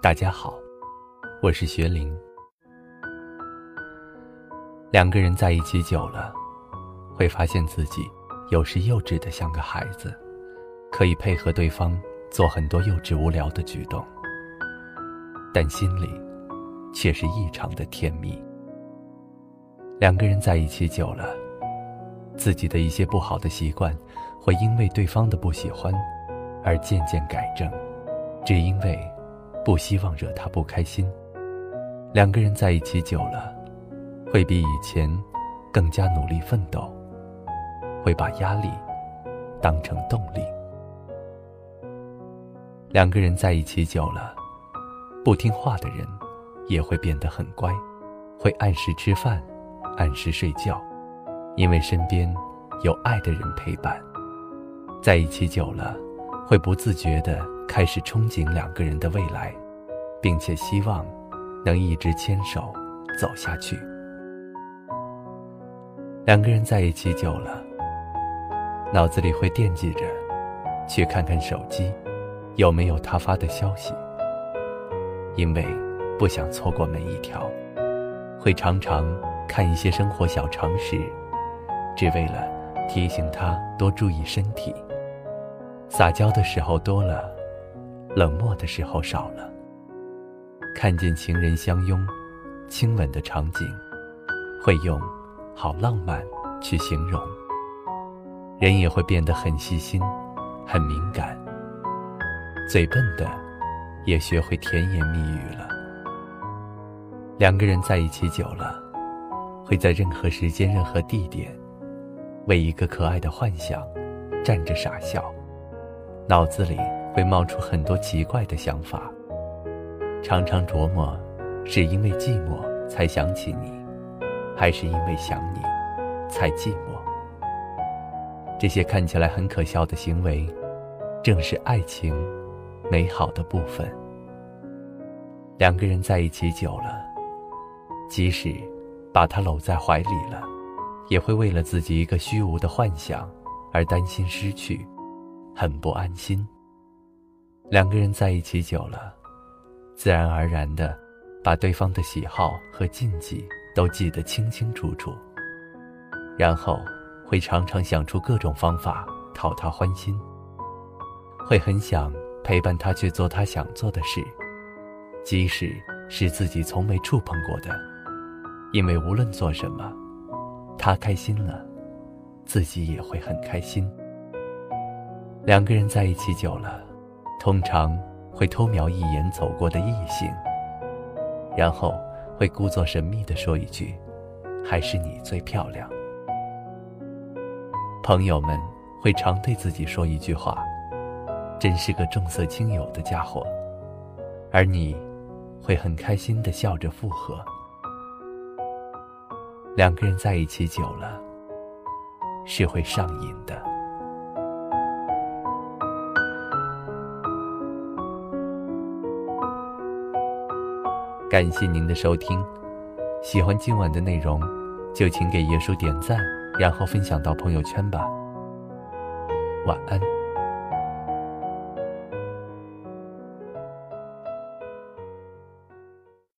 大家好，我是学林。两个人在一起久了，会发现自己有时幼稚得像个孩子，可以配合对方做很多幼稚无聊的举动，但心里却是异常的甜蜜。两个人在一起久了，自己的一些不好的习惯会因为对方的不喜欢而渐渐改正，只因为不希望惹他不开心。两个人在一起久了，会比以前更加努力奋斗，会把压力当成动力。两个人在一起久了，不听话的人也会变得很乖，会按时吃饭，按时睡觉，因为身边有爱的人陪伴。在一起久了，会不自觉地开始憧憬两个人的未来，并且希望能一直牵手走下去。两个人在一起久了，脑子里会惦记着去看看手机有没有他发的消息，因为不想错过每一条，会常常看一些生活小常识，只为了提醒他多注意身体。撒娇的时候多了，冷漠的时候少了。看见情人相拥亲吻的场景，会用好浪漫去形容。人也会变得很细心，很敏感，嘴笨的也学会甜言蜜语了。两个人在一起久了，会在任何时间任何地点为一个可爱的幻想站着傻笑，脑子里会冒出很多奇怪的想法，常常琢磨是因为寂寞才想起你，还是因为想你才寂寞。这些看起来很可笑的行为，正是爱情美好的部分。两个人在一起久了，即使把他搂在怀里了，也会为了自己一个虚无的幻想而担心失去，很不安心。两个人在一起久了，自然而然地把对方的喜好和禁忌都记得清清楚楚，然后会常常想出各种方法讨他欢心，会很想陪伴他去做他想做的事，即使是自己从没触碰过的，因为无论做什么，他开心了，自己也会很开心。两个人在一起久了，通常会偷瞄一眼走过的异性，然后会故作神秘地说一句，还是你最漂亮。朋友们会常对自己说一句话，真是个重色轻友的家伙，而你会很开心地笑着附和。两个人在一起久了，是会上瘾的。感谢您的收听，喜欢今晚的内容，就请给叶叔点赞，然后分享到朋友圈吧。晚安。